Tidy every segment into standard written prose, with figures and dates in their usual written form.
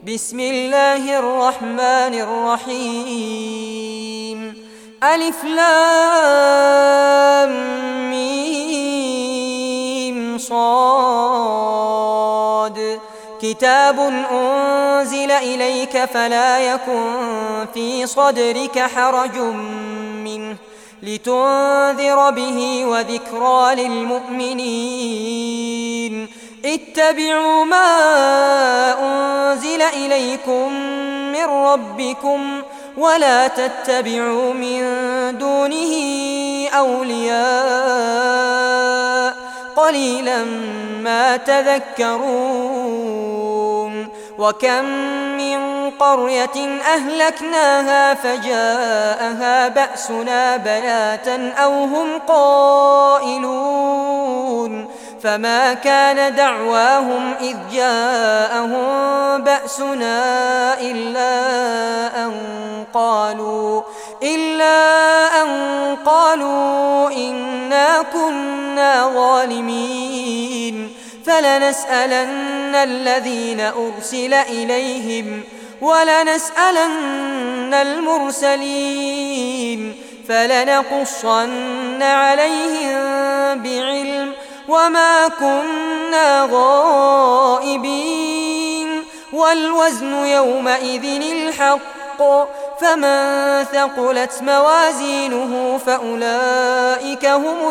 بسم الله الرحمن الرحيم. ألف لام ميم صاد. كتاب أنزل إليك فلا يكن في صدرك حرج منه لتنذر به وذكرى للمؤمنين. اتبعوا ما أنزل إليكم من ربكم ولا تتبعوا من دونه أولياء قليلا ما تذكرون. وكم من قرية أهلكناها فجاءها بأسنا بياتا أو هم قائلون فما كان دعواهم إذ جاءهم بأسنا إلا أن قالوا إنا كنا ظالمين. فلنسألن الذين أرسل إليهم ولنسألن المرسلين فلنقصن عليهم بعلم وما كنا غائبين. والوزن يومئذ الحق فمن ثقلت موازينه فأولئك هم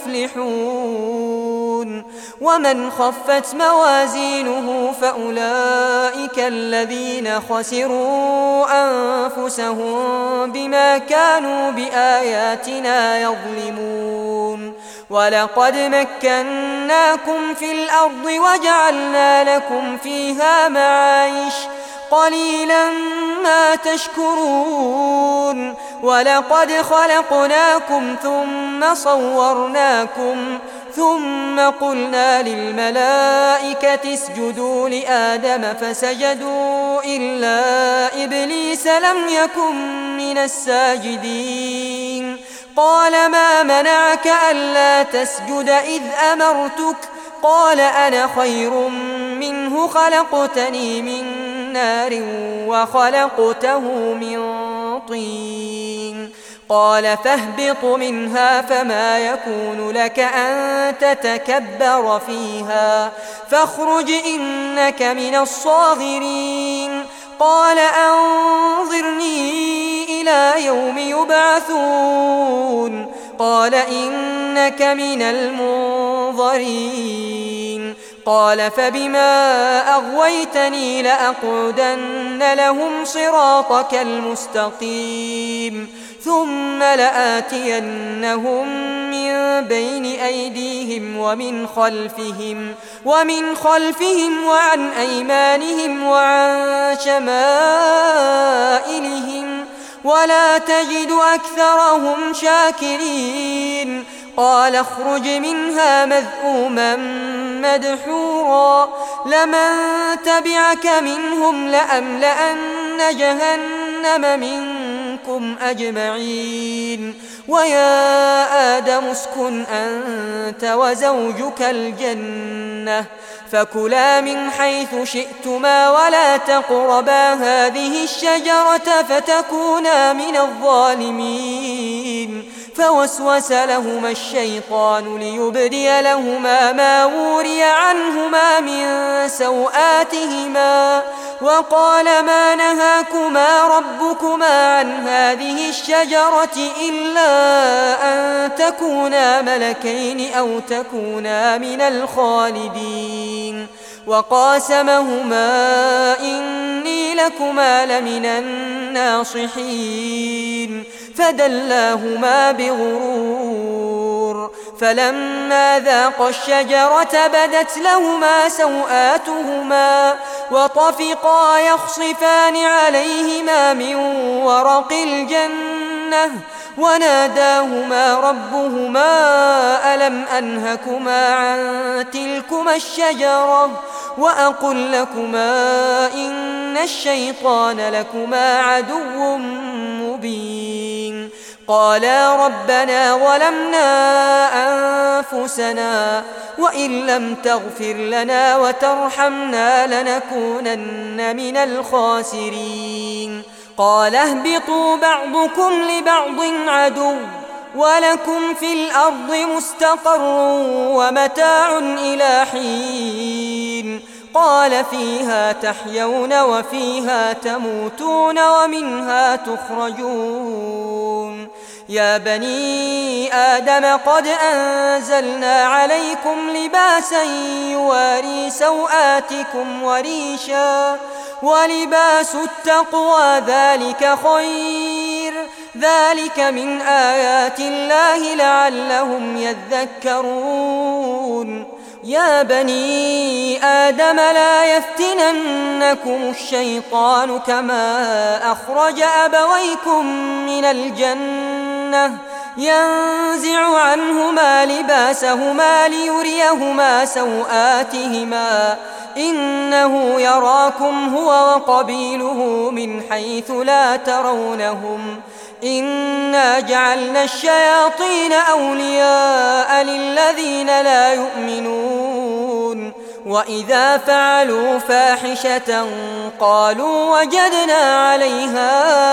المفلحون ومن خفت موازينه فأولئك الذين خسروا أنفسهم بما كانوا بآياتنا يظلمون. ولقد مكناكم في الأرض وجعلنا لكم فيها معايش قليلا ما تشكرون. ولقد خلقناكم ثم صورناكم ثم قلنا للملائكة اسجدوا لآدم فسجدوا إلا إبليس لم يكن من الساجدين. قال ما منعك ألا تسجد إذ أمرتك؟ قال أنا خير منه خلقتني من نار وخلقته من طين. قال فاهبط منها فما يكون لك أن تتكبر فيها فاخرج إنك من الصاغرين. قال أنظرني إلى يوم يبعثون. قال إنك من المنظرين. قال فبما أغويتني لأقعدن لهم صراطك المستقيم ثم لآتينهم من بين أيديهم ومن خلفهم وعن أيمانهم وعن شمائلهم ولا تجد أكثرهم شاكرين. قال اخرج منها مذءوما مدحورا لمن تبعك منهم لأملأن جهنم منكم أجمعين. ويا آدم اسكن أنت وزوجك الجنة فكلا من حيث شئتما ولا تقربا هذه الشجرة فتكونا من الظالمين. فوسوس لهما الشيطان ليبدي لهما ما وري عنهما من سوآتهما وقال ما نهاكما ربكما عن هذه الشجرة إلا أن تكونا ملكين أو تكونا من الخالدين. وقاسمهما إني لكما لمن الناصحين فدلاهما بغرور. فلما ذاقا الشجرة بدت لهما سوآتهما وطفقا يخصفان عليهما من ورق الجنة وناداهما ربهما ألم أنهكما عن تلكما الشجرة وأقل لكما إن الشيطان لكما عدو مبين. قالا ربنا ظلمنا أنفسنا وإن لم تغفر لنا وترحمنا لنكونن من الخاسرين قال اهبطوا بعضكم لبعض عدو ولكم في الأرض مستقر ومتاع إلى حين قال فيها تحيون وفيها تموتون ومنها تخرجون يا بني آدم قد أنزلنا عليكم لباسا يواري سوآتكم وريشا ولباس التقوى ذلك خير ذلك من آيات الله لعلهم يذكرون يا بني آدم لا يفتننكم الشيطان كما أخرج أبويكم من الجنة ينزع عنهما لباسهما ليريهما سوآتهما إنه يراكم هو وقبيله من حيث لا ترونهم إنا جعلنا الشياطين أولياء للذين لا يؤمنون وإذا فعلوا فاحشة قالوا وجدنا عليها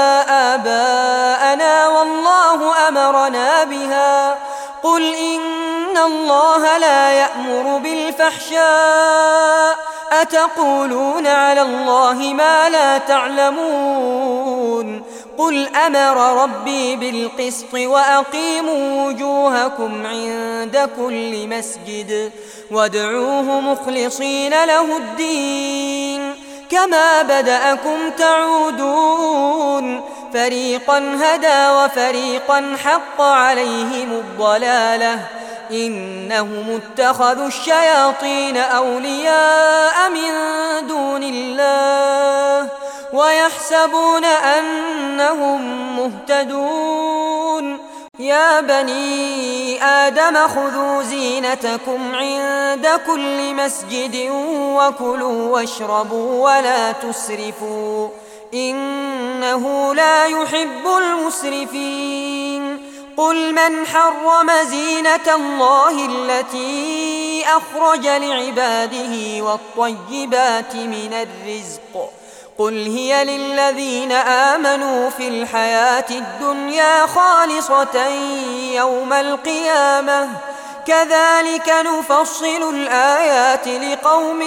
آباءنا والله أمرنا بها قل إن الله لا يأمر بالفحشاء أتقولون على الله ما لا تعلمون قل أمر ربي بالقسط وأقيموا وجوهكم عند كل مسجد وادعوه مخلصين له الدين كما بدأكم تعودون فريقا هدى وفريقا حق عليهم الضلالة إنهم اتخذوا الشياطين أولياء من دون الله ويحسبون أنهم مهتدون يا بني آدم خذوا زينتكم عند كل مسجد وكلوا واشربوا ولا تسرفوا إنه لا يحب المسرفين قل من حرم زينة الله التي أخرج لعباده والطيبات من الرزق قل هي للذين آمنوا في الحياة الدنيا خالصة يوم القيامة كذلك نفصل الآيات لقوم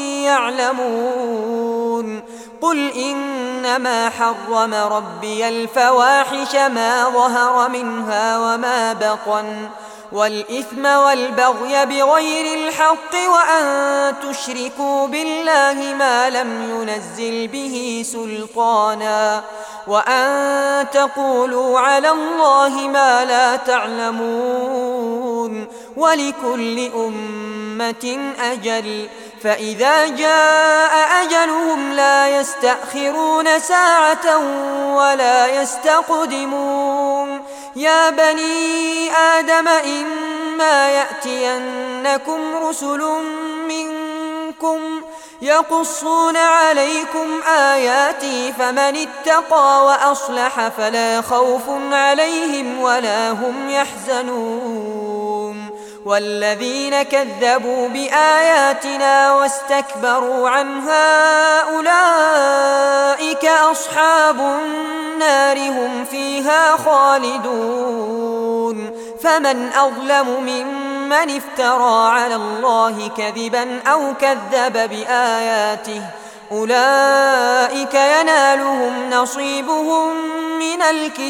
يعلمون قل إنما حرم ربي الفواحش ما ظهر منها وما بطن والإثم والبغي بغير الحق وأن تشركوا بالله ما لم ينزل به سلطانا وأن تقولوا على الله ما لا تعلمون ولكل أمة أجل فإذا جاء أجلهم لا يستأخرون ساعة ولا يستقدمون يا بني آدم إما يأتينكم رسل منكم يقصون عليكم آياتي فمن اتقى وأصلح فلا خوف عليهم ولا هم يحزنون والذين كذبوا بآياتنا واستكبروا عنها أولئك أصحاب النار هم فيها خالدون فمن أظلم ممن افترى على الله كذبا أو كذب بآياته أولئك ينالهم نصيبهم من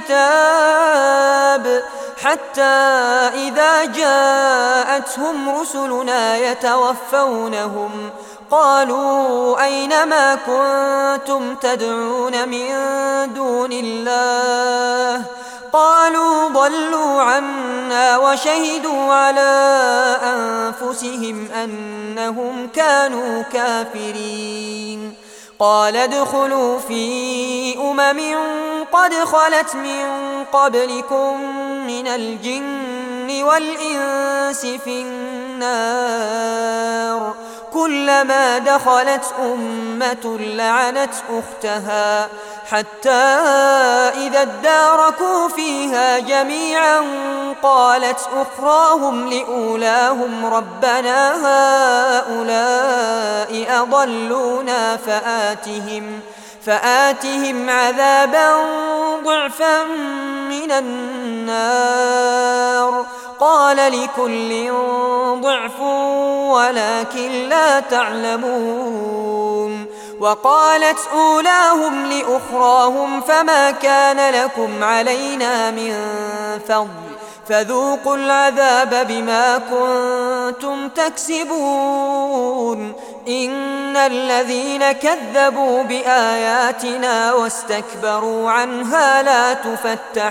الكتاب حتى إذا جاءتهم رسلنا يتوفونهم قالوا أين ما كنتم تدعون من دون الله قالوا ضلوا عنا وشهدوا على أنفسهم أنهم كانوا كافرين قال ادخلوا في قد خلت من قبلكم من الجن والإنس في النار كلما دخلت أمة لعنت أختها حتى إذا اداركوا فيها جميعا قالت أخراهم لأولاهم ربنا هؤلاء أضلونا فآتهم عذابا ضعفا من النار قال لكل ضعف ولكن لا تعلمون. وقالت أولاهم لأخراهم فما كان لكم علينا من فضل فذوقوا العذاب بما كنتم تكسبون. إن الذين كذبوا بآياتنا واستكبروا عنها لا تفتح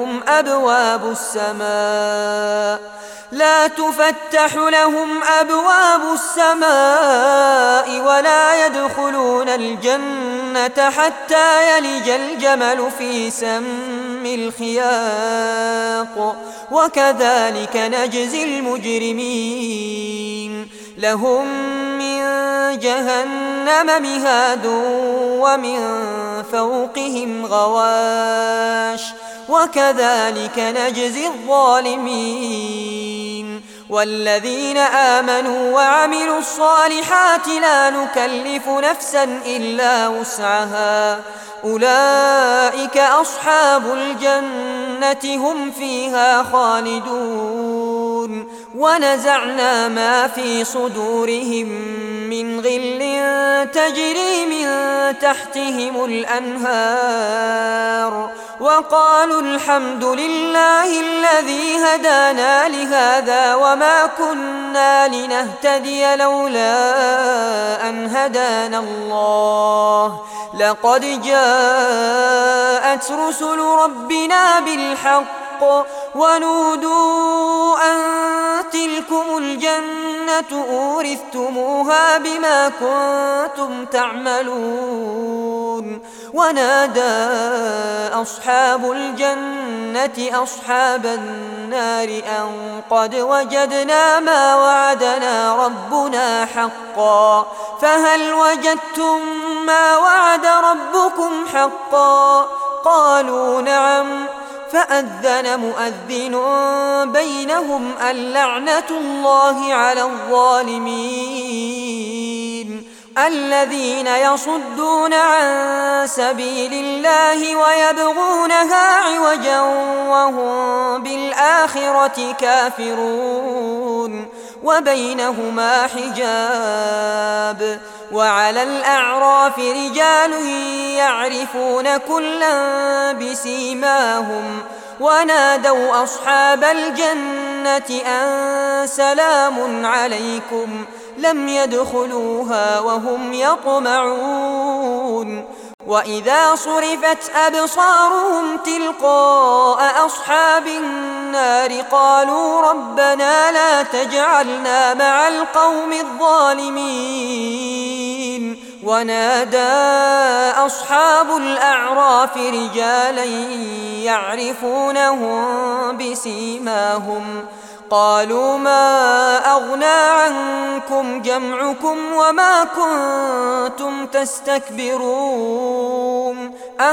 لهم أبواب السماء ولا يدخلون الجنة حتى يلج الجمل في سم الخياط وكذلك نجزي المجرمين. لهم من جهنم مهاد ومن فوقهم غواش وكذلك نجزي الظالمين. والذين آمنوا وعملوا الصالحات لا نكلف نفسا إلا وسعها أولئك أصحاب الجنة هم فيها خالدون. ونزعنا ما في صدورهم من غل تجري من تحتهم الأنهار وقالوا الحمد لله الذي هدانا لهذا وما كنا لنهتدي لولا أن هدانا الله لقد جاءت رسل ربنا بالحق ونودوا أن تلكم الجنة أورثتموها بما كنتم تعملون. ونادى أصحاب الجنة أصحاب النار أن قد وجدنا ما وعدنا ربنا حقا فهل وجدتم ما وعد ربكم حقا؟ قالوا نعم. فأذن مؤذن بينهم اللعنة الله على الظالمين الذين يصدون عن سبيل الله ويبغونها عوجا وهم بالآخرة كافرون وبينهما حجاب. وعلى الأعراف رجال يعرفون كلا بسيماهم ونادوا أصحاب الجنة أن سلام عليكم لم يدخلوها وهم يطمعون. وإذا صرفت أبصارهم تلقاء أصحاب النار قالوا ربنا لا تجعلنا مع القوم الظالمين. ونادى أصحاب الأعراف رجالا يعرفونهم بسيماهم قالوا ما أغنى عنكم جمعكم وما كنتم تستكبرون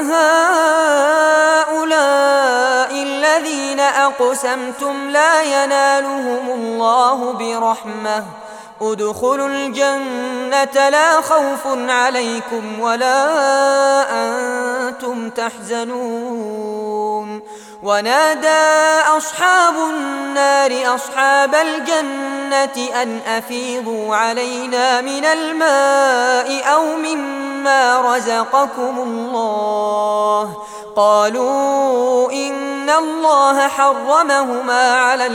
أهؤلاء الذين أقسمتم لا ينالهم الله برحمة ادخلوا الجنة لا خوف عليكم ولا أنتم تحزنون. ونادى أصحاب النار أصحاب الجنة أن أفيضوا علينا من الماء أو مما رزقكم الله قالوا إن الله حرمهما على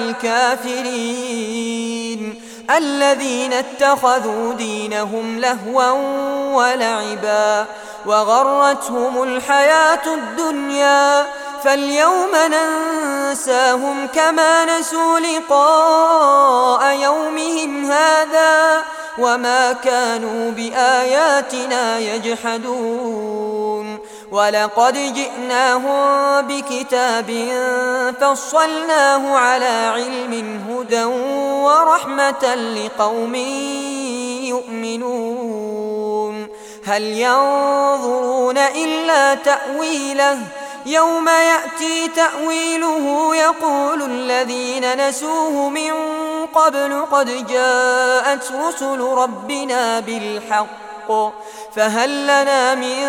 الكافرين الذين اتخذوا دينهم لهوا ولعبا وغرتهم الحياة الدنيا فاليوم ننساهم كما نسوا لقاء يومهم هذا وما كانوا بآياتنا يجحدون. ولقد جئناهم بكتاب فصلناه على علم هدى ورحمة لقوم يؤمنون. هل ينظرون إلا تأويله يوم يأتي تأويله يقول الذين نسوه من قبل قد جاءت رسل ربنا بالحق فهل لنا من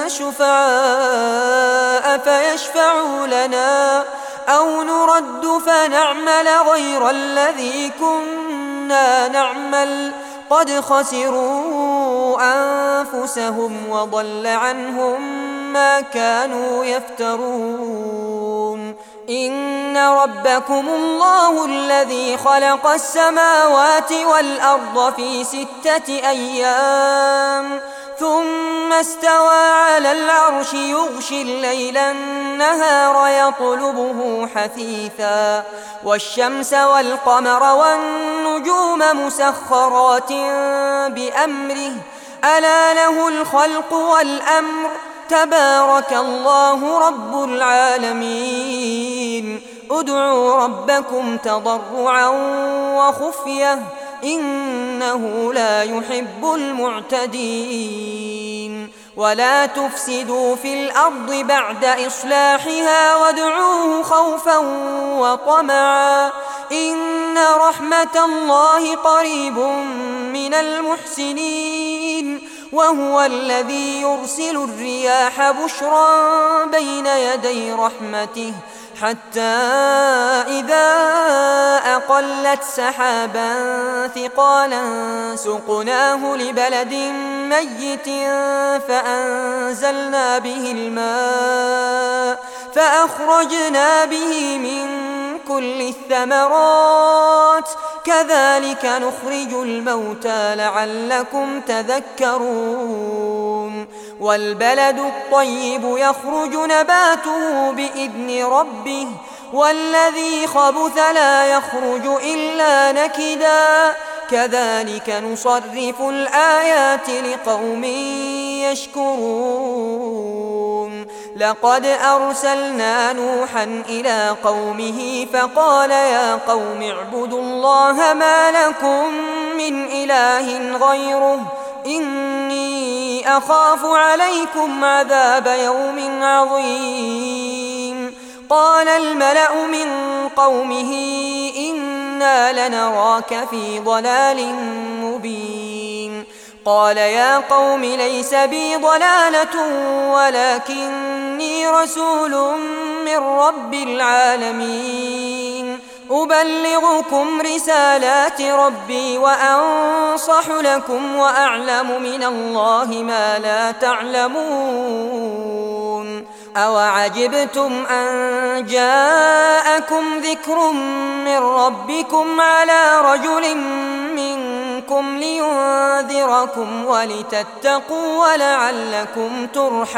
شفعاء فيشفعوا لنا أو نرد فنعمل غير الذي كنا نعمل قد خسروا أنفسهم وضل عنهم ما كانوا يفترون إن ربكم الله الذي خلق السماوات والأرض في 6 أيام ثم استوى على العرش يغشي الليل النهار يطلبه حثيثا والشمس والقمر والنجوم مسخرات بأمره ألا له الخلق والأمر تبارك الله رب العالمين ادعوا ربكم تضرعا وخفية إنه لا يحب المعتدين ولا تفسدوا في الأرض بعد إصلاحها وادعوه خوفا وطمعا إن رحمة الله قريب من المحسنين وهو الذي يرسل الرياح بشرا بين يدي رحمته حتى إذا أقلت سحابا ثقالا سقناه لبلد ميت فأنزلنا به الماء فأخرجنا به من كل الثمرات كذلك نخرج الموتى لعلكم تذكرون والبلد الطيب يخرج نباته بإذن ربه والذي خبث لا يخرج إلا نكدا كذلك نصرف الآيات لقوم يشكرون لقد أرسلنا نوحا إلى قومه فقال يا قوم اعبدوا الله ما لكم من إله غيره إني أخاف عليكم عذاب يوم عظيم قال الملأ من قومه إنا لنراك في ضلال مبين قال يا قوم ليس بي ضلالة ولكني رسول من رب العالمين أبلغكم رسالات ربي وأنصح لكم وأعلم من الله ما لا تعلمون أوعجبتم أن جاءكم ذكر من ربكم على رجل منكم لينذركم ولتتقوا ولعلكم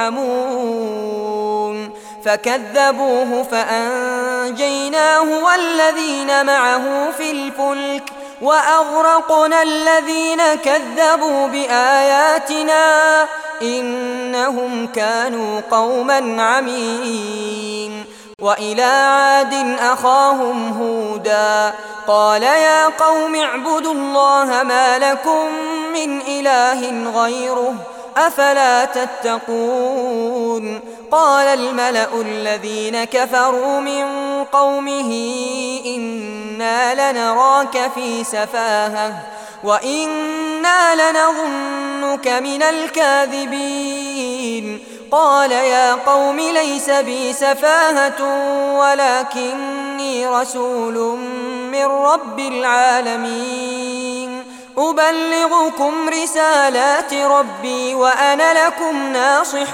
ترحمون فكذبوه فأنجيناه والذين معه في الفلك وأغرقنا الذين كذبوا بآياتنا إنهم كانوا قوما عمين وإلى عاد أخاهم هودا قال يا قوم اعبدوا الله ما لكم من إله غيره أفلا تتقون قال الملأ الذين كفروا من قومه إنا لنراك في سفاهة وإنا لنظنك من الكاذبين قال يا قوم ليس بي سفاهة ولكني رسول من رب العالمين أبلغكم رسالات ربي وأنا لكم ناصح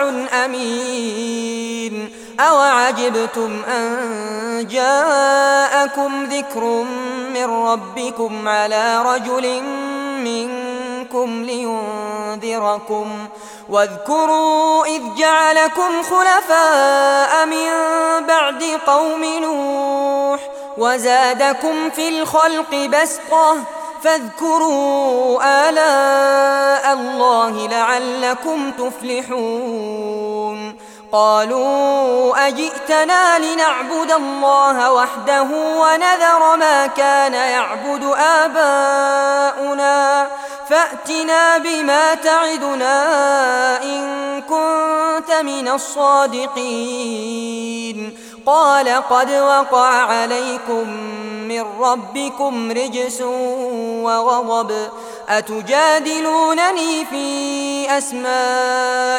أمين أوعجبتم أن جاءكم ذكر من ربكم على رجل منكم لينذركم واذكروا إذ جعلكم خلفاء من بعد قوم نوح وزادكم في الخلق بسطة فاذكروا آلاء الله لعلكم تفلحون قالوا أجئتنا لنعبد الله وحده ونذر ما كان يعبد آباؤنا فأتنا بما تعدنا إن كنت من الصادقين. قال قد وقع عليكم من ربكم رجس وغضب، أتجادلونني في أسماء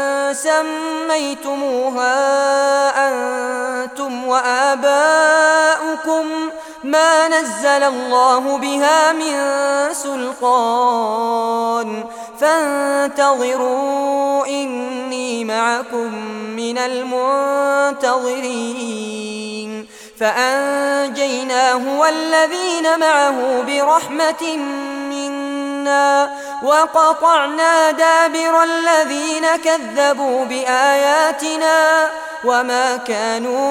سميتموها أنتم وآباؤكم ما نزل الله بها من سلطان، فانتظروا إني معكم من المنتظرين. فأنجيناه والذين معه برحمة منا وقطعنا دابر الذين كذبوا بآياتنا وما كانوا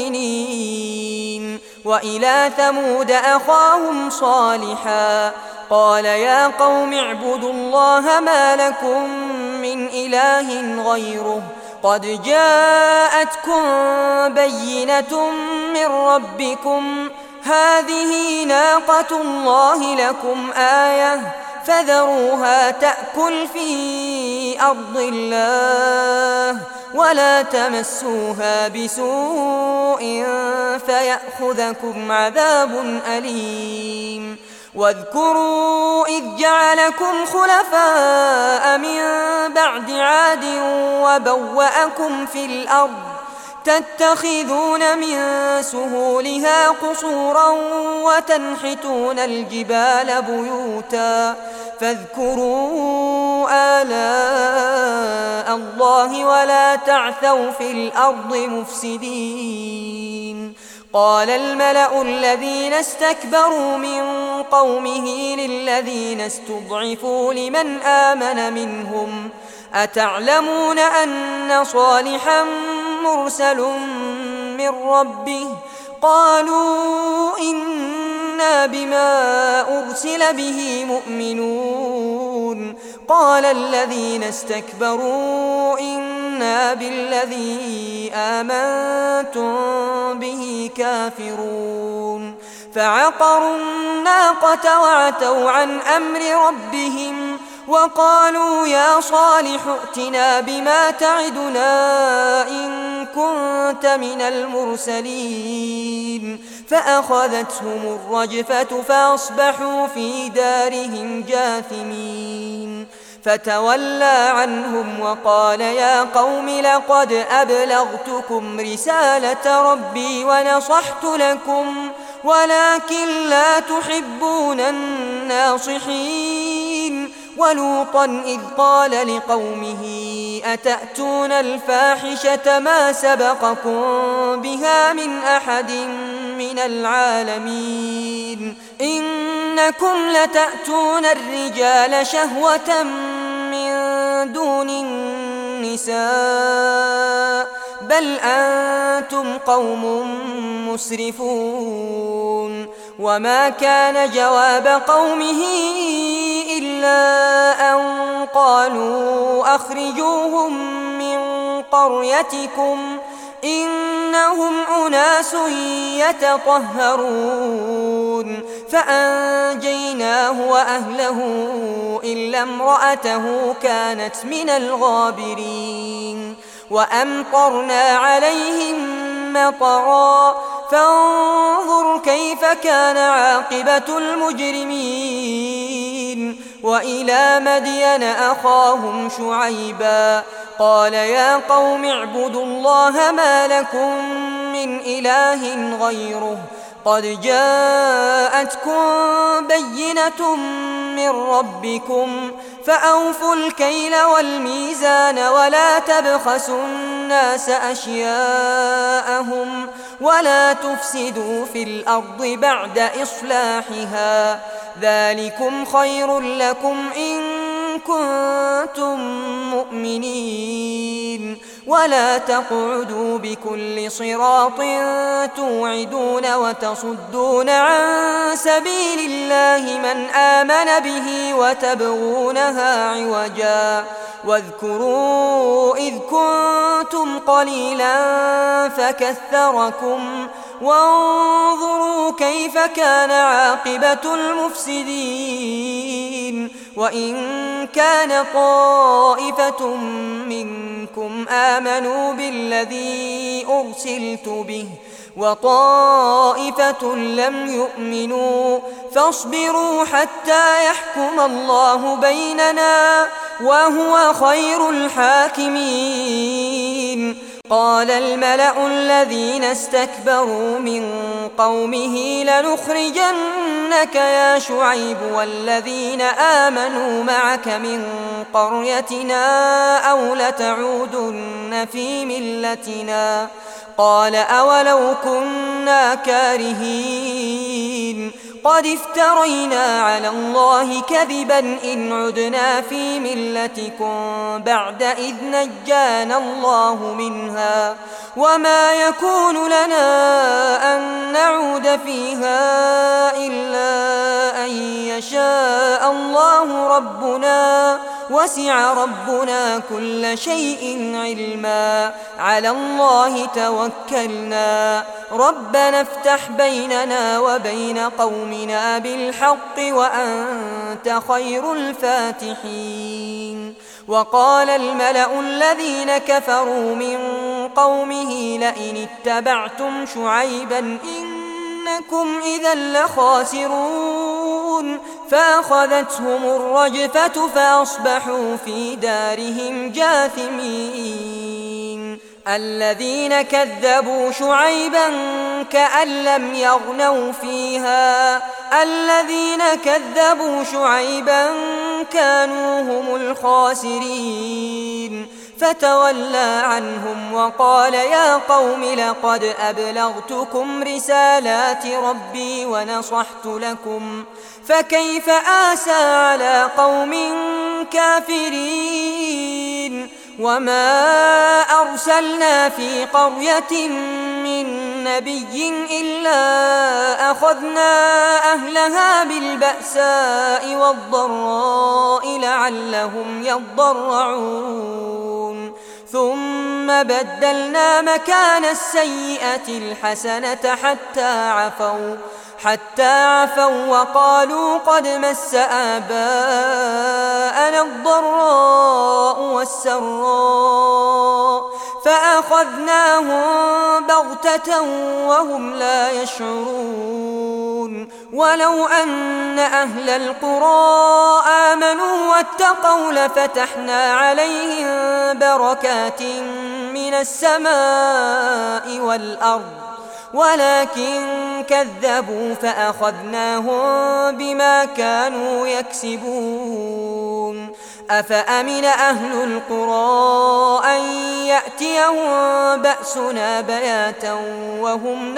مؤمنين. وإلى ثمود أخاهم صالحا قال يا قوم اعبدوا الله ما لكم من إله غيره قد جاءتكم بينة من ربكم هذه ناقة الله لكم آية فذروها تأكل في أرض الله ولا تمسوها بسوء فيأخذكم عذاب أليم. واذكروا إذ جعلكم خلفاء من بعد عاد وبوأكم في الأرض تتخذون من سهولها قصورا وتنحتون الجبال بيوتا فاذكروا آلاء الله ولا تعثوا في الأرض مفسدين. قال الملأ الذين استكبروا من قومه للذين استضعفوا لمن آمن منهم أتعلمون أن صالحا مرسل من ربه قالوا إنا بما أرسل به مؤمنون. قال الذين استكبروا إنا بالذي آمنتم به كافرون. فعقروا الناقة وعتوا عن أمر ربهم وقالوا يا صالح ائتنا بما تعدنا إن كنت من المرسلين. فأخذتهم الرجفة فأصبحوا في دارهم جاثمين. فتولى عنهم وقال يا قوم لقد أبلغتكم رسالة ربي ونصحت لكم ولكن لا تحبون الناصحين. ولوطا إذ قال لقومه أتأتون الفاحشة ما سبقكم بها من أحد من العالمين إنكم لتأتون الرجال شهوة من دون النساء بل أنتم قوم مسرفون. وما كان جواب قومه إلا أن قالوا أخرجوهم من قريتكم إنهم أناس يتطهرون. فأنجيناه وأهله إلا امرأته كانت من الغابرين. وأمطرنا عليهم مطرا فانظر كيف كان عاقبة المجرمين. وإلى مدين أخاهم شعيبا قال يا قوم اعبدوا الله ما لكم من إله غيره قد جاءتكم بينة من ربكم فأوفوا الكيل والميزان ولا تبخسوا الناس أشياءهم ولا تفسدوا في الأرض بعد إصلاحها ذلكم خير لكم إن كنتم مؤمنين. ولا تقعدوا بكل صراط توعدون وتصدون عن سبيل الله من آمن به وتبغونها عوجا. واذكروا إذ كنتم قليلا فكثركم وانظروا كيف كان عاقبة المفسدين. وإن كان طائفة منكم آمنوا بالذي أرسلت به وطائفة لم يؤمنوا فاصبروا حتى يحكم الله بيننا وهو خير الحاكمين. قال الملأ الذين استكبروا من قومه لنخرجنك يا شعيب والذين آمنوا معك من قريتنا أو لتعودن في ملتنا. قال أولو كنا كارهين قد افترينا على الله كذبا إن عدنا في ملتكم بعد إذ نجانا الله منها وما يكون لنا أن نعود فيها إلا أن يشاء الله ربنا وسع ربنا كل شيء علما على الله توكلنا ربنا افتح بيننا وبين قومنا بالحق وأنت خير الفاتحين. وقال الملأ الذين كفروا من قومه لئن اتبعتم شعيبا إنكم إذا لخاسرون فأخذتهم الرجفة فأصبحوا في دارهم جاثمين. الذين كذبوا شعيبا كأن لم يغنوا فيها الذين كذبوا شعيبا كانوا هم الخاسرين فتولى عنهم وقال يا قوم لقد أبلغتكم رسالات ربي ونصحت لكم فكيف آسى على قوم كافرين. وما أرسلنا في قرية من نبي إلا أخذنا أهلها بالبأساء والضراء لعلهم يضرعون ثم بدلنا مكان السيئة الحسنة حتى عفوا وقالوا قد مس آباءنا الضراء والسراء فأخذناهم بغتة وهم لا يشعرون. ولو أن أهل القرى آمنوا واتقوا لفتحنا عليهم بركات من السماء والأرض ولكن كذبوا فأخذناهم بما كانوا يكسبون. أفأمن أهل القرى أن يأتيهم بأسنا بياتا وهم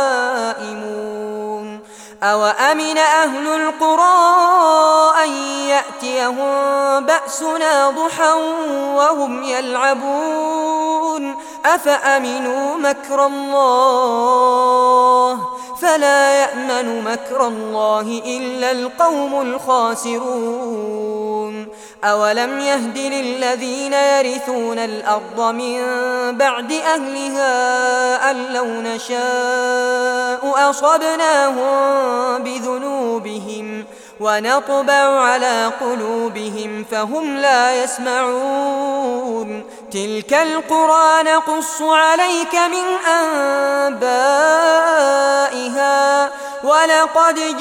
نائمون أوأمن أهل القرى أن يأتيهم بأسنا ضحى وهم يلعبون أفأمنوا مكر الله فلا يأمن مكر الله إلا القوم الخاسرون. أولم يهد للذين يرثون الأرض من بعد أهلها أن لو نشاء أصبناهم بذنوبهم ونطبع على قلوبهم فهم لا يسمعون. تلك القرى نقص عليك من أنبائها ولقد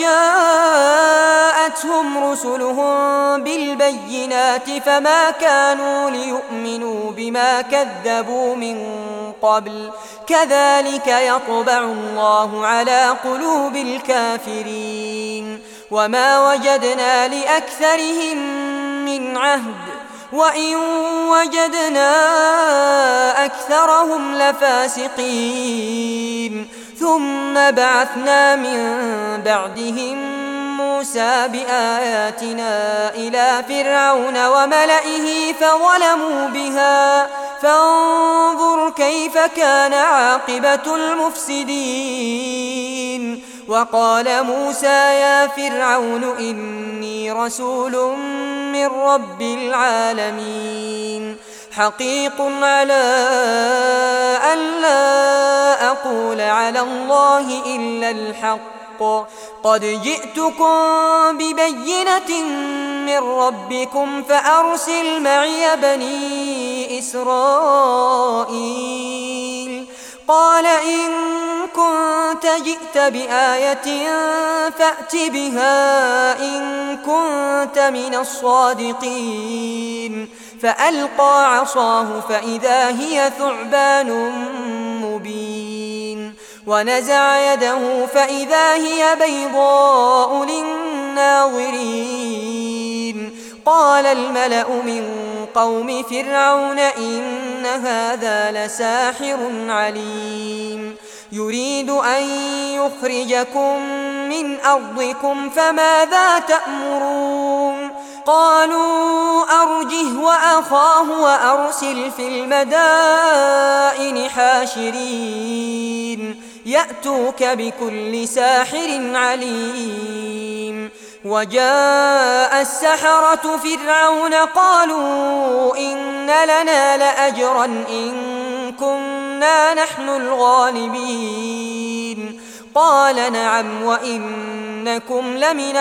جاءتهم رسلهم بالبينات فما كانوا ليؤمنوا بما كذبوا من قبل كذلك يطبع الله على قلوب الكافرين. وما وجدنا لأكثرهم من عهد وإن وجدنا أكثرهم لفاسقين. ثم بعثنا من بعدهم موسى بآياتنا إلى فرعون وملئه فظلموا بها فانظر كيف كان عاقبة المفسدين. وقال موسى يا فرعون إني رسول من رب العالمين حقيق على أن لا أقول على الله إلا الحق قد جئتكم ببينة من ربكم فأرسل معي بني إسرائيل. قال إن كنت جئت بآية فأت بها إن كنت من الصادقين. فألقى عصاه فإذا هي ثعبان مبين، ونزع يده فإذا هي بيضاء للناظرين. قال الملأ من قوم فرعون إن هذا لساحر عليم، يريد أن يخرجكم من أرضكم فماذا تأمرون؟ قالوا أرجه وأخاه وأرسل في المدائن حاشرين يأتوك بكل ساحر عليم. وجاء السحرة فرعون قالوا إن لنا لأجرا إن كنا نحن الغالبين. قال نعم وإنكم لمن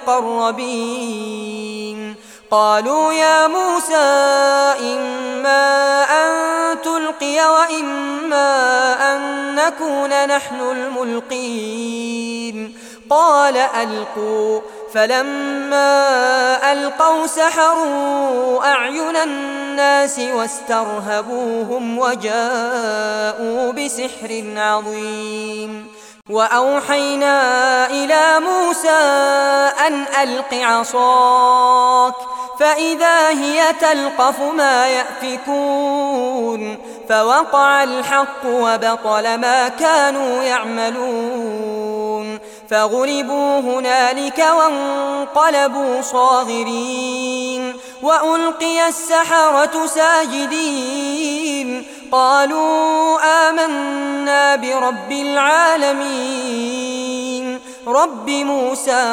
المقربين. قالوا يا موسى إما أن تلقي وإما أن نكون نحن الملقين. قال ألقوا. فلما ألقوا سحروا أعين الناس واسترهبوهم وجاءوا بسحر عظيم. وأوحينا إلى موسى أن ألق عصاك فإذا هي تلقف ما يأفكون. فوقع الحق وبطل ما كانوا يعملون، فغلبوا هنالك وانقلبوا صاغرين. وألقي السحرة ساجدين قالوا آمنا برب العالمين رب موسى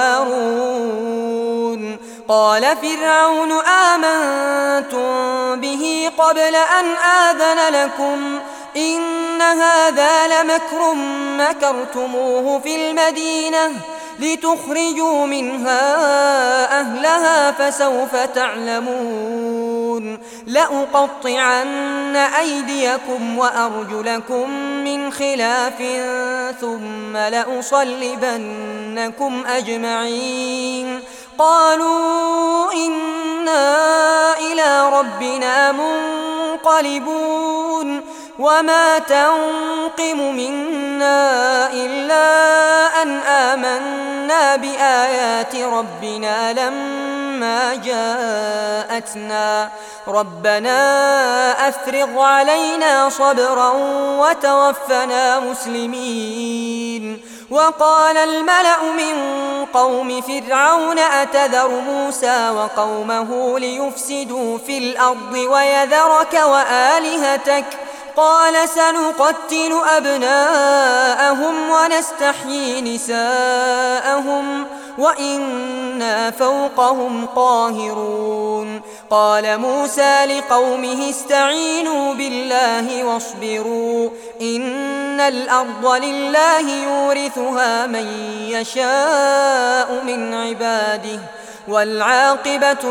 وهارون. قال فرعون آمنتم به قبل أن آذن لكم إن هذا لمكر مكرتموه في المدينة لتخرجوا منها أهلها فسوف تعلمون. لأقطعن أيديكم وأرجلكم من خلاف ثم لأصلبنكم أجمعين. قالوا إنا إلى ربنا منقلبون. وما تنقم منا إلا أن آمنا بآيات ربنا لما جاءتنا ربنا أفرغ علينا صبرا وتوفنا مسلمين. وقال الملأ من قوم فرعون أتذر موسى وقومه ليفسدوا في الأرض ويذرك وآلهتك؟ قال سنقتل أبناءهم ونستحيي نساءهم وإنا فوقهم قاهرون. قال موسى لقومه استعينوا بالله واصبروا إن الأرض لله يورثها من يشاء من عباده والعاقبة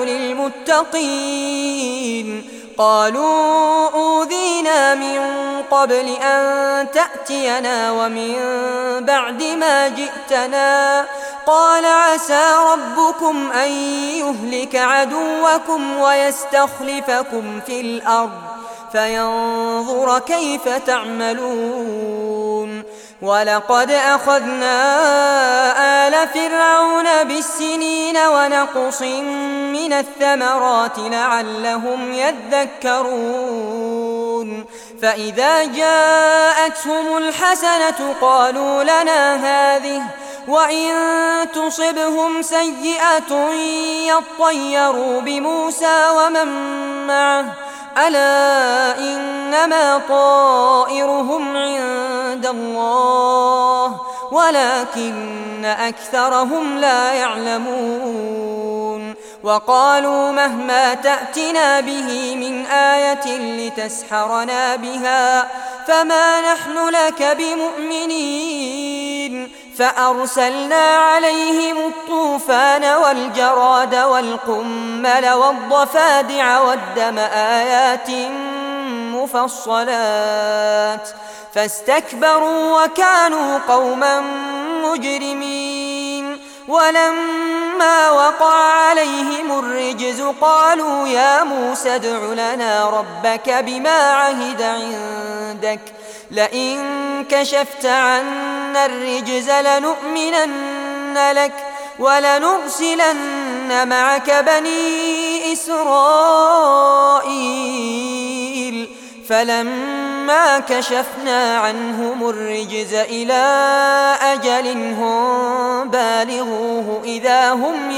للمتقين. قالوا أوذينا من قبل أن تأتينا ومن بعد ما جئتنا. قال عسى ربكم أن يهلك عدوكم ويستخلفكم في الأرض فينظر كيف تعملون. ولقد أخذنا آل فرعون بالسنين ونقص من الثمرات لعلهم يذكرون. فإذا جاءتهم الحسنة قالوا لنا هذه وإن تصبهم سيئة يطيروا بموسى ومن معه ألا إنما طائرهم عند الله ولكن أكثرهم لا يعلمون. وقالوا مهما تأتنا به من آية لتسحرنا بها فما نحن لك بمؤمنين. فأرسلنا عليهم الطوفان والجراد والقمل والضفادع والدم آيات مفصلات فاستكبروا وكانوا قوما مجرمين. ولما وقع عليهم الرجز قالوا يا موسى ادع لنا ربك بما عهد عندك لئن كشفت عنا الرجز لنؤمنن لك ولنرسلن معك بني إسرائيل. فلما كشفنا عنهم الرجز إلى أجل هم بالغوه إذا هم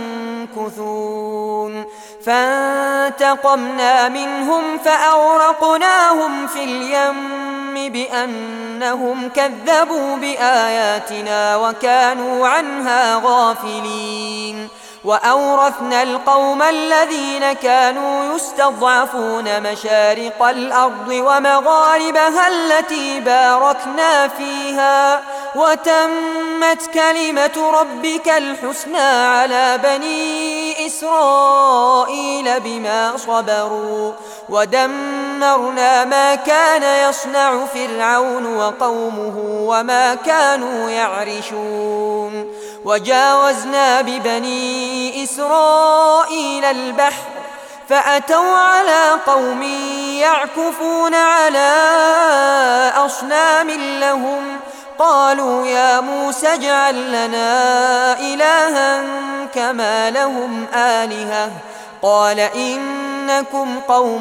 ينكثون فانتقمنا منهم فأغرقناهم في اليم بأنهم كذبوا بآياتنا وكانوا عنها غافلين. وأورثنا القوم الذين كانوا يستضعفون مشارق الأرض ومغاربها التي باركنا فيها وتمت كلمة ربك الحسنى على بني إسرائيل بما صبروا ودمرنا ما كان يصنع فرعون وقومه وما كانوا يعرشون. وجاوزنا ببني إسرائيل البحر فأتوا على قوم يعكفون على أصنام لهم قالوا يا موسى اجعل لنا إلها كما لهم آلهة قال إنكم قوم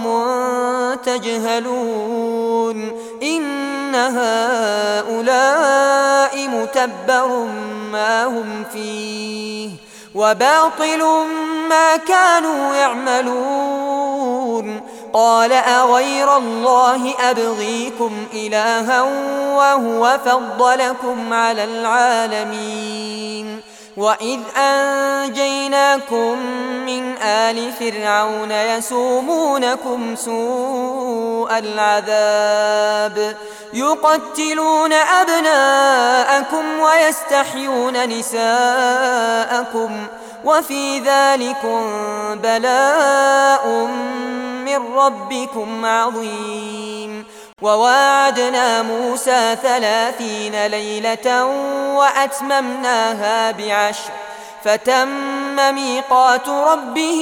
تجهلون إن هؤلاء متبر ما هم فيه وباطل ما كانوا يعملون. قال أغير الله أبغيكم إلها وهو فضلكم على العالمين. وإذ أنجيناكم من آل فرعون يسومونكم سوء العذاب يقتلون أبناءكم ويستحيون نساءكم وفي ذلكم بلاء من ربكم عظيم. وواعدنا موسى 30 ليلة وأتممناها ب10 فتم ميقات ربه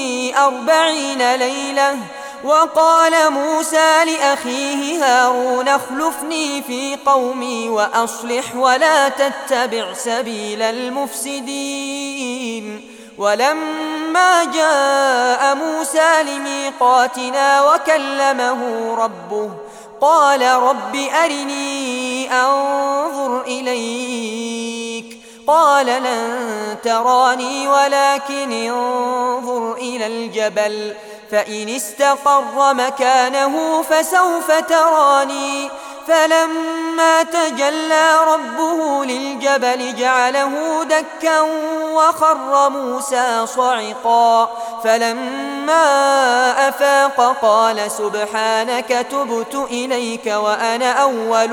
40 ليلة. وقال موسى لأخيه هارون اخلفني في قومي وأصلح ولا تتبع سبيل المفسدين. ولما جاء موسى لميقاتنا وكلمه ربه قال رب أرني أنظر إليك قال لن تراني ولكن انظر إلى الجبل فإن استقر مكانه فسوف تراني. فلما تجلى ربه للجبل جعله دكا وخر موسى صعقا. فلما أفاق قال سبحانك تبت إليك وأنا أول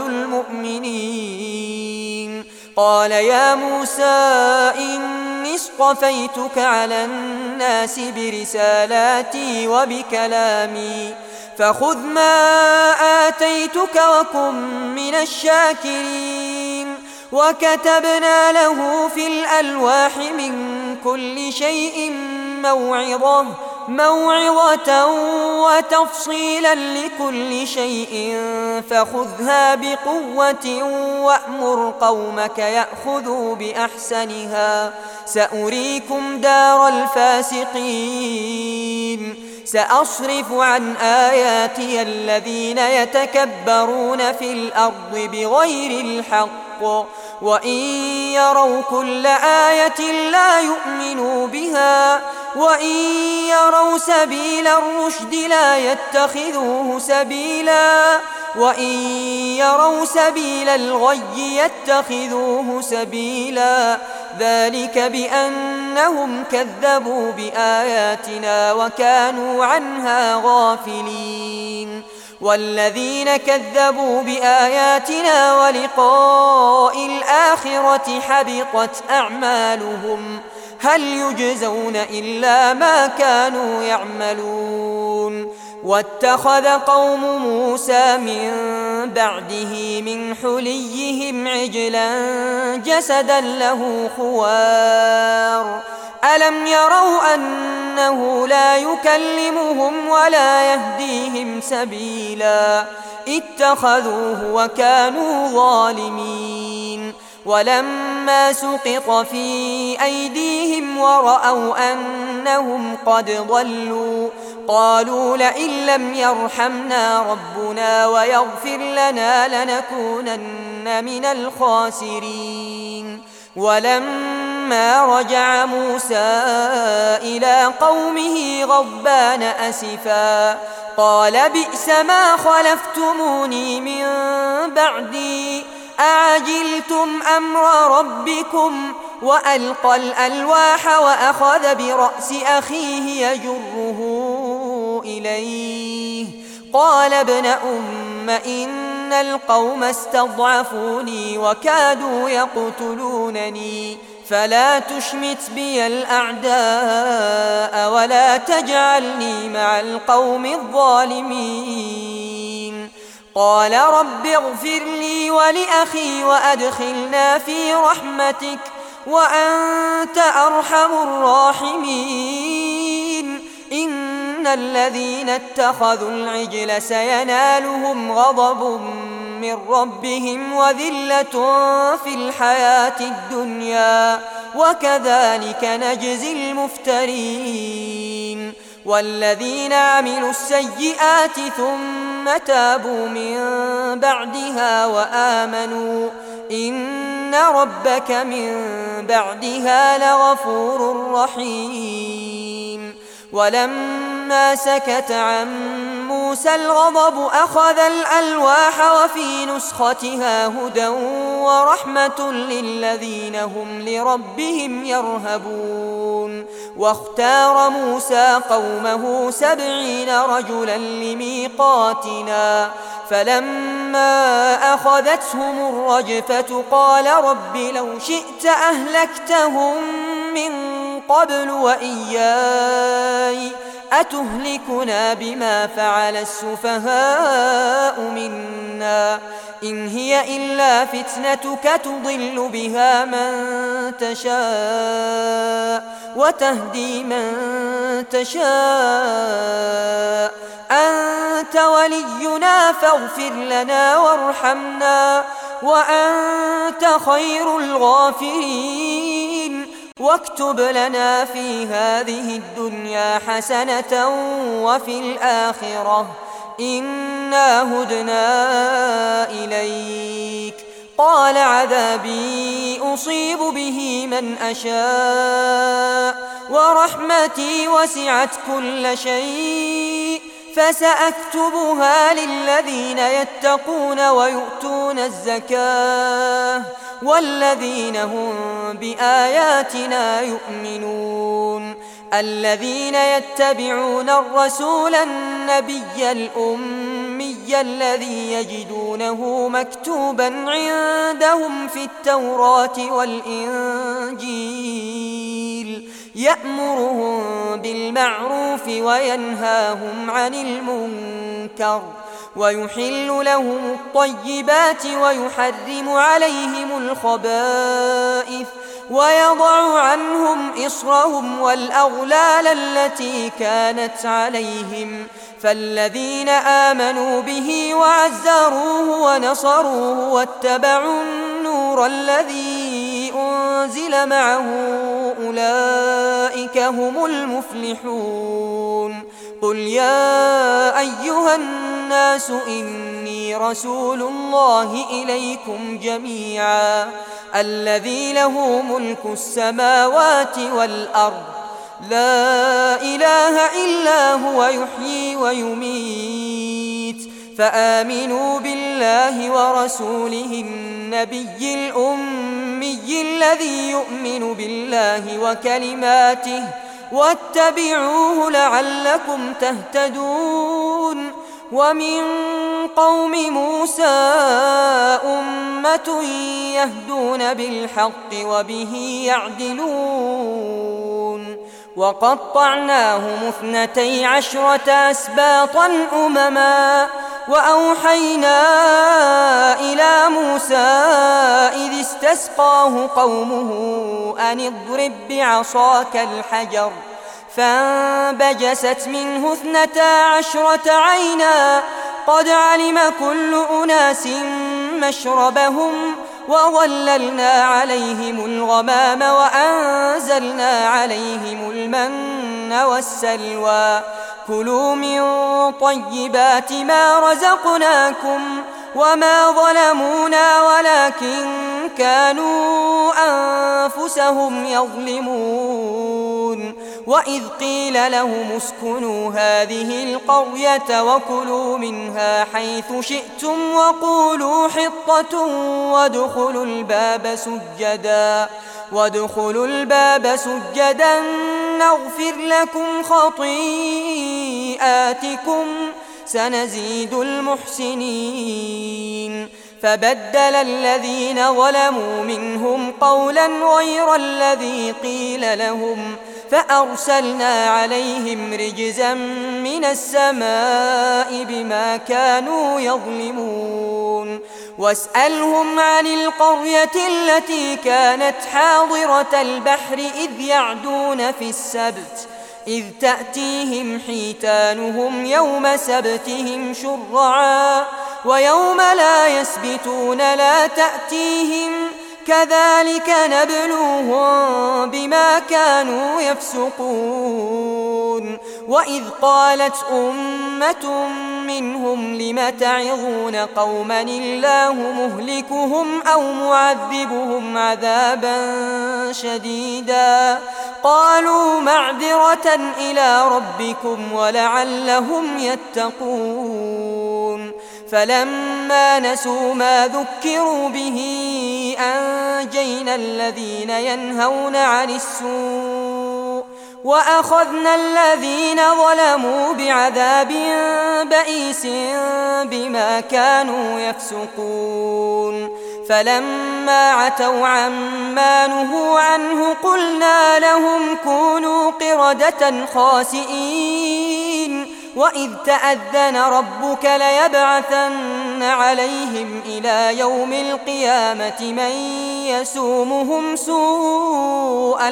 المؤمنين. قال يا موسى إني اصطفيتك على الناس برسالاتي وبكلامي فخذ ما آتيتك وكن من الشاكرين. وكتبنا له في الألواح من كل شيء موعظة وتفصيلا لكل شيء فخذها بقوة وأمر قومك يأخذوا بأحسنها سأريكم دار الفاسقين. سأصرف عن آياتي الذين يتكبرون في الأرض بغير الحق وإن يروا كل آية لا يؤمنوا بها وإن يروا سبيل الرشد لا يتخذوه سبيلا وإن يروا سبيل الغي يتخذوه سبيلا. ذلك بأنهم كذبوا بآياتنا وكانوا عنها غافلين. والذين كذبوا بآياتنا ولقاء الآخرة حبطت أعمالهم هل يجزون إلا ما كانوا يعملون واتخذ قوم موسى من بعده من حليهم عجلا جسدا له خوار ألم يروا أنه لا يكلمهم ولا يهديهم سبيلا اتخذوه وكانوا ظالمين ولما سقط في أيديهم ورأوا أنهم قد ضلوا قالوا لئن لم يرحمنا ربنا ويغفر لنا لنكونن من الخاسرين ولما رجع موسى إلى قومه غضبان أسفا قال بئس ما خلفتموني من بعدي أعجلتم أمر ربكم وألقى الألواح وأخذ برأس أخيه يجره إليه قال ابن أم إن القوم استضعفوني وكادوا يقتلونني فلا تشمت بي الأعداء ولا تجعلني مع القوم الظالمين قال رب اغفر لي ولأخي وأدخلنا في رحمتك وأنت أرحم الراحمين إن الذين اتخذوا العجل سينالهم غضب من ربهم وذلة في الحياة الدنيا وكذلك نجزي المفترين والذين عملوا السيئات ثم تابوا من بعدها وآمنوا إن ربك من بعدها لغفور رحيم ولما سكت عن موسى الغضب أخذ الألواح وفي نسختها هدى ورحمة للذين هم لربهم يرهبون واختار موسى قومه 70 رجلا لميقاتنا فلما أخذتهم الرجفة قال رب لو شئت أهلكتهم من قبل وإياي أتهلكنا بما فعل السفهاء منا إن هي إلا فتنتك تضل بها من تشاء وتهدي من تشاء أنت ولينا فاغفر لنا وارحمنا وأنت خير الغافرين واكتب لنا في هذه الدنيا حسنة وفي الآخرة إنا هدنا إليك قال عذابي أصيب به من أشاء ورحمتي وسعت كل شيء فسأكتبها للذين يتقون ويؤتون الزكاة والذين هم بآياتنا يؤمنون الذين يتبعون الرسول النبي الأمي الذي يجدونه مكتوبا عندهم في التوراة والإنجيل يأمرهم بالمعروف وينهاهم عن المنكر ويحل لهم الطيبات ويحرم عليهم الخبائث ويضع عنهم إصرهم والأغلال التي كانت عليهم فالذين آمنوا به وعزروه ونصروه واتبعوا النور الذي أنزل معه أولئك هم المفلحون قل يا أيها الناس إني رسول الله إليكم جميعا الذي له ملك السماوات والأرض لا إله إلا هو يحيي ويميت فآمنوا بالله ورسوله النبي الأمي الذي يؤمن بالله وكلماته واتبعوه لعلكم تهتدون ومن قوم موسى أمة يهدون بالحق وبه يعدلون وقطعناهم 12 أسباطا أمما وأوحينا إلى موسى إذ استسقاه قومه أن اضرب بعصاك الحجر فانبجست منه 12 عينا قد علم كل أناس مشربهم وظللنا عليهم الغمام وأنزلنا عليهم المن والسلوى كلوا من طيبات ما رزقناكم وما ظلمونا ولكن كانوا أنفسهم يظلمون وإذ قيل لهم اسكنوا هذه القرية وكلوا منها حيث شئتم وقولوا حطة وادخلوا الباب سجدا نغفر لكم خطيئاتكم سنزيد المحسنين فبدل الذين ظلموا منهم قولا غير الذي قيل لهم فأرسلنا عليهم رجزا من السماء بما كانوا يظلمون واسألهم عن القرية التي كانت حاضرة البحر إذ يعدون في السبت إذ تأتيهم حيتانهم يوم سبتهم شرعا ويوم لا يسبتون لا تأتيهم كذلك نبلوهم بما كانوا يفسقون وإذ قالت أمة منهم لم تعظون قوما الله مهلكهم أو معذبهم عذابا شديدا قالوا معذرة إلى ربكم ولعلهم يتقون فلما نسوا ما ذكروا به أنجينا الذين ينهون عن السوء وأخذنا الذين ظلموا بعذاب بئيس بما كانوا يفسقون فلما عتوا عما نهوا عنه قلنا لهم كونوا قردة خاسئين وإذ تأذن ربك ليبعثن عليهم إلى يوم القيامة من يسومهم سوء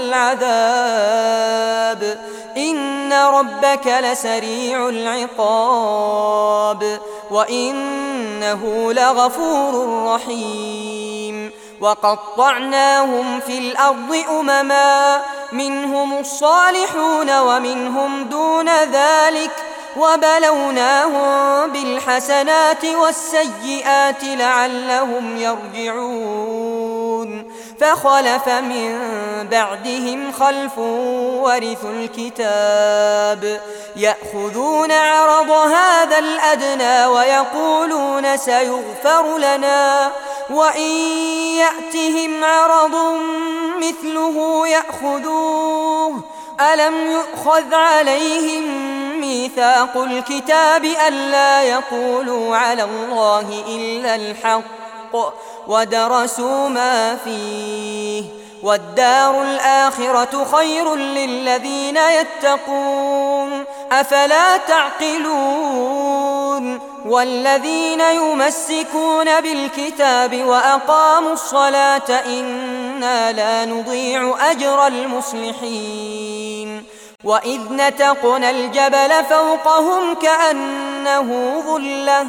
العذاب إن ربك لسريع العقاب وإنه لغفور رحيم وقطعناهم في الأرض أمما منهم الصالحون ومنهم دون ذلك وبلوناهم بالحسنات والسيئات لعلهم يرجعون فخلف من بعدهم خلف ورثوا الكتاب يأخذون عرض هذا الأدنى ويقولون سيغفر لنا وإن يأتهم عرض مثله يأخذوه ألم يؤخذ عليهم ميثاق الكتاب ألا يقولوا على الله إلا الحق ودرسوا ما فيه والدار الآخرة خير للذين يتقون أفلا تعقلون والذين يمسكون بالكتاب وأقاموا الصلاة إنا لا نضيع أجر المصلحين وإذ نتقنا الجبل فوقهم كأنه ظلة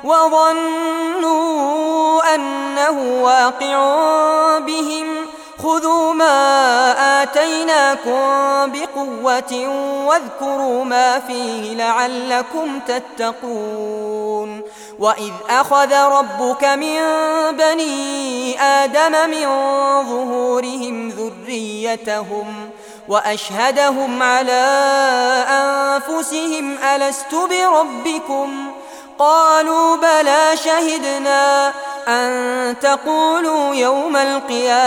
وظنوا أنه واقع بهم خذوا ما آتيناكم بقوة واذكروا ما فيه لعلكم تتقون وإذ أخذ ربك من بني آدم من ظهورهم ذريتهم وأشهدهم على أنفسهم ألست بربكم قالوا بلى شهدنا أن تقولوا يوم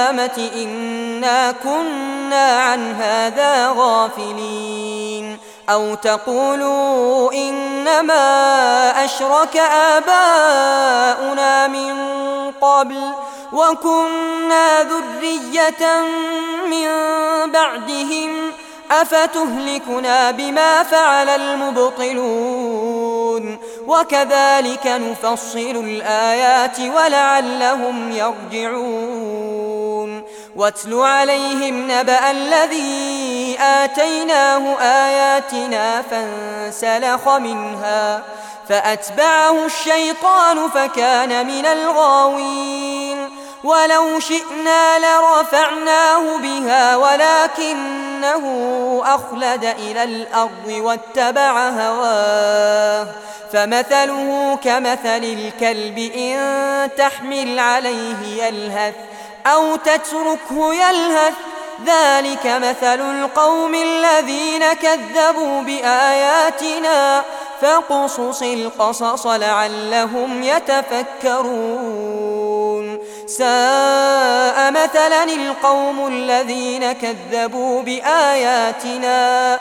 القيامة إنا كنا عن هذا غافلين أو تقولوا إنما أشرك آباؤنا من قبل وكنا ذرية من بعدهم أفتهلكنا بما فعل المبطلون وكذلك نفصل الآيات ولعلهم يرجعون واتل عليهم نبأ الذي آتيناه آياتنا فانسلخ منها فأتبعه الشيطان فكان من الغاوين ولو شئنا لرفعناه بها ولكنه أخلد إلى الأرض واتبع هواه فمثله كمثل الكلب إن تحمل عليه يلهث أو تتركه يلهث ذلك مثل القوم الذين كذبوا بآياتنا فاقصص القصص لعلهم يتفكرون ساء مثلا القوم الذين كذبوا بآياتنا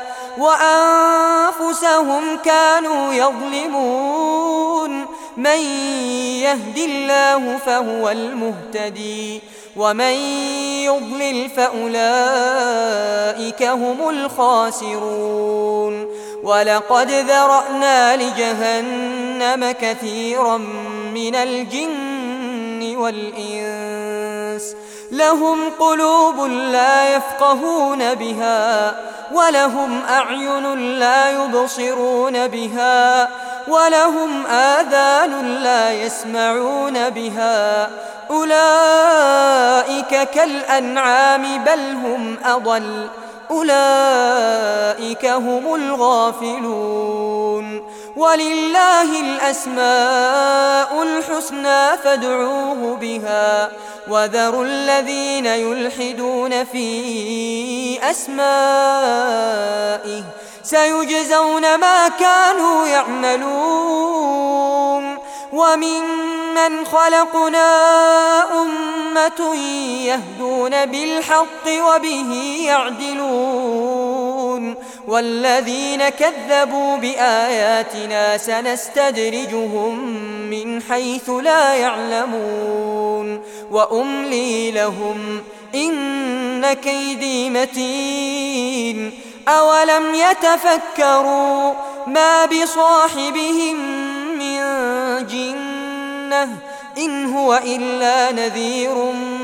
وأنفسهم كانوا يظلمون من يهد الله فهو المهتدي ومن يضلل فأولئك هم الخاسرون ولقد ذرأنا لجهنم كثيرا من الجن والإنس لهم قلوب لا يفقهون بها ولهم أعين لا يبصرون بها ولهم آذان لا يسمعون بها أولئك كالأنعام بل هم أضل أولئك هم الغافلون ولله الأسماء الحسنى فادعوه بها وذروا الذين يلحدون في أسمائه سيجزون ما كانوا يعملون وممن خلقنا أمة يهدون بالحق وبه يعدلون والذين كذبوا بآياتنا سنستدرجهم من حيث لا يعلمون وأملي لهم إن كيدي متين أولم يتفكروا ما بصاحبهم من جنة إن هو إلا نذير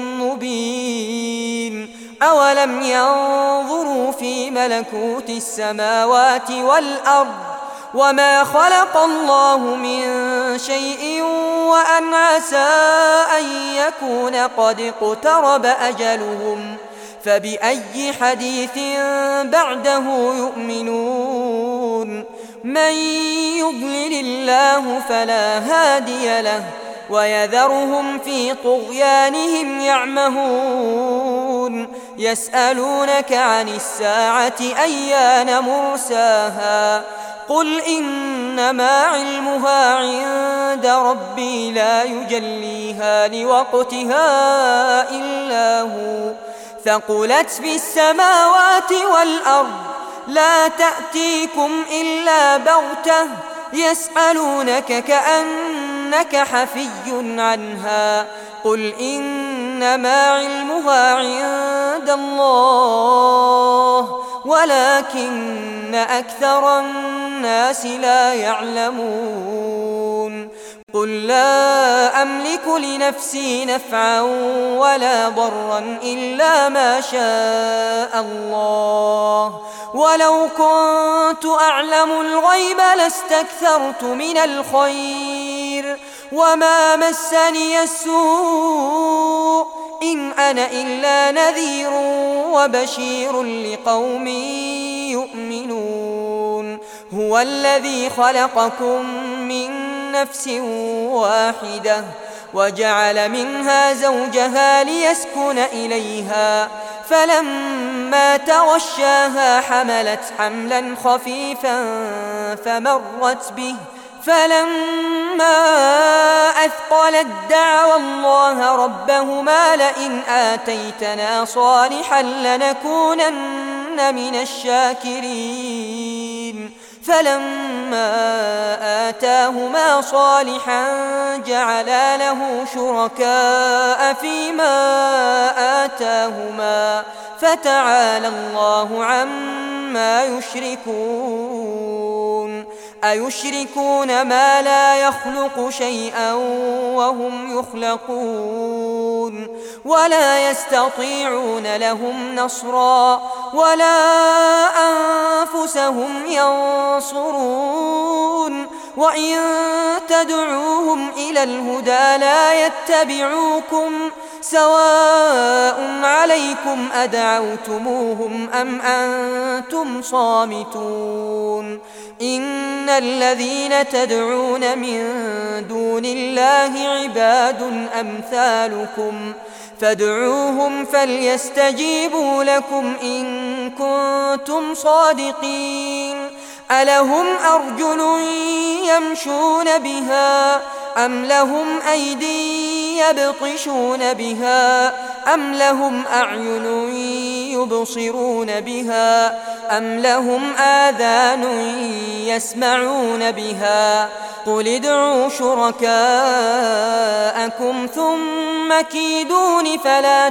مبين أولم ينظروا في ملكوت السماوات والأرض وما خلق الله من شيء وأن عسى أن يكون قد اقترب أجلهم فبأي حديث بعده يؤمنون من يضلل الله فلا هادي له ويذرهم في طغيانهم يعمهون يسألونك عن الساعة أيان مرساها قل إنما علمها عند ربي لا يجليها لوقتها إلا هو ثقلت في السماوات والأرض لا تأتيكم إلا بغتة يسألونك كأنك حفي عنها قل إنما علمها عند الله ولكن أكثر الناس لا يعلمون قل لا أملك لنفسي نفعا ولا ضرا إلا ما شاء الله ولو كنت أعلم الغيب لاستكثرت من الخير وما مسني السوء إن أنا إلا نذير وبشير لقوم يؤمنون هو الذي خلقكم من نفس واحدة وجعل منها زوجها ليسكن إليها فلما تغشاها حملت حملا خفيفا فمرت به فلما أثقلت دعوا الله ربهما لئن آتيتنا صالحا لنكونن من الشاكرين فلما آتاهما صالحا جعلا له شركاء فيما آتاهما فتعالى الله عما يشركون أيشركون ما لا يخلق شيئا وهم يخلقون ولا يستطيعون لهم نصرا ولا أنفسهم ينصرون وإن تدعوهم إلى الهدى لا يتبعوكم سواء عليكم أدعوتموهم أم أنتم صامتون إن الذين تدعون من دون الله عباد أمثالكم فادعوهم فليستجيبوا لكم إن كنتم صادقين ألهم أرجل يمشون بها أم لهم أيدي يبطشون بها أم لهم أعين يبصرون بها أم لهم آذان يسمعون بها قل ادعوا شركاءكم ثم كيدون فلا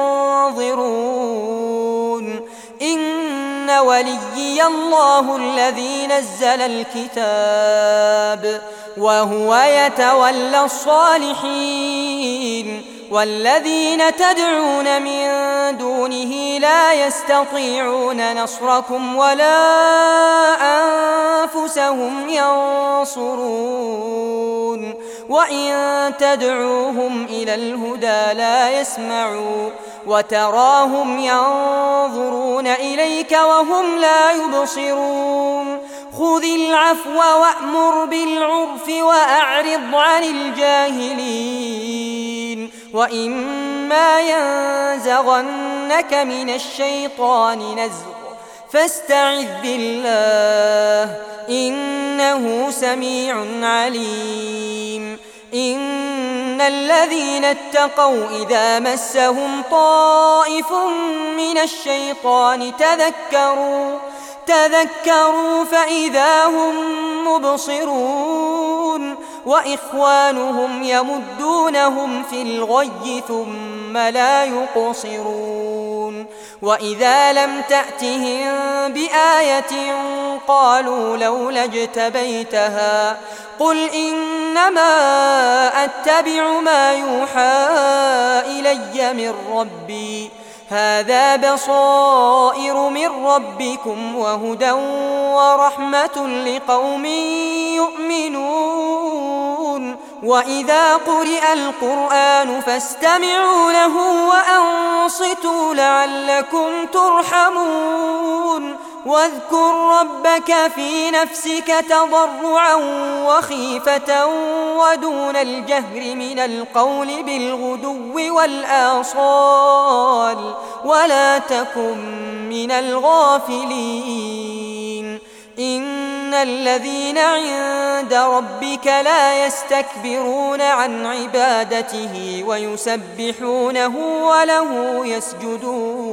تنظرون إن وليي الله الذي نزل الكتاب وهو يتولى الصالحين والذين تدعون من دونه لا يستطيعون نصركم ولا أنفسهم ينصرون وإن تدعوهم إلى الهدى لا يسمعوا وتراهم ينظرون إليك وهم لا يبصرون خذ العفو وأمر بالعرف وأعرض عن الجاهلين وإما ينزغنك من الشيطان نزغ فاستعذ بالله إنه سميع عليم إن الذين اتقوا إذا مسهم طائف من الشيطان تذكروا فإذا هم مبصرون وإخوانهم يمدونهم في الغي ثم لا يقصرون وإذا لم تأتهم بآية قالوا لولا اجتبيتها قل إنما أتبع ما يوحى إلي من ربي هذا بصائر من ربكم وهدى ورحمة لقوم يؤمنون وإذا قرئ القرآن فاستمعوا له وأنصتوا لعلكم ترحمون واذكر ربك في نفسك تضرعا وخيفة ودون الجهر من القول بالغدو والآصال ولا تكن من الغافلين إن الذين عند ربك لا يستكبرون عن عبادته ويسبحونه وله يسجدون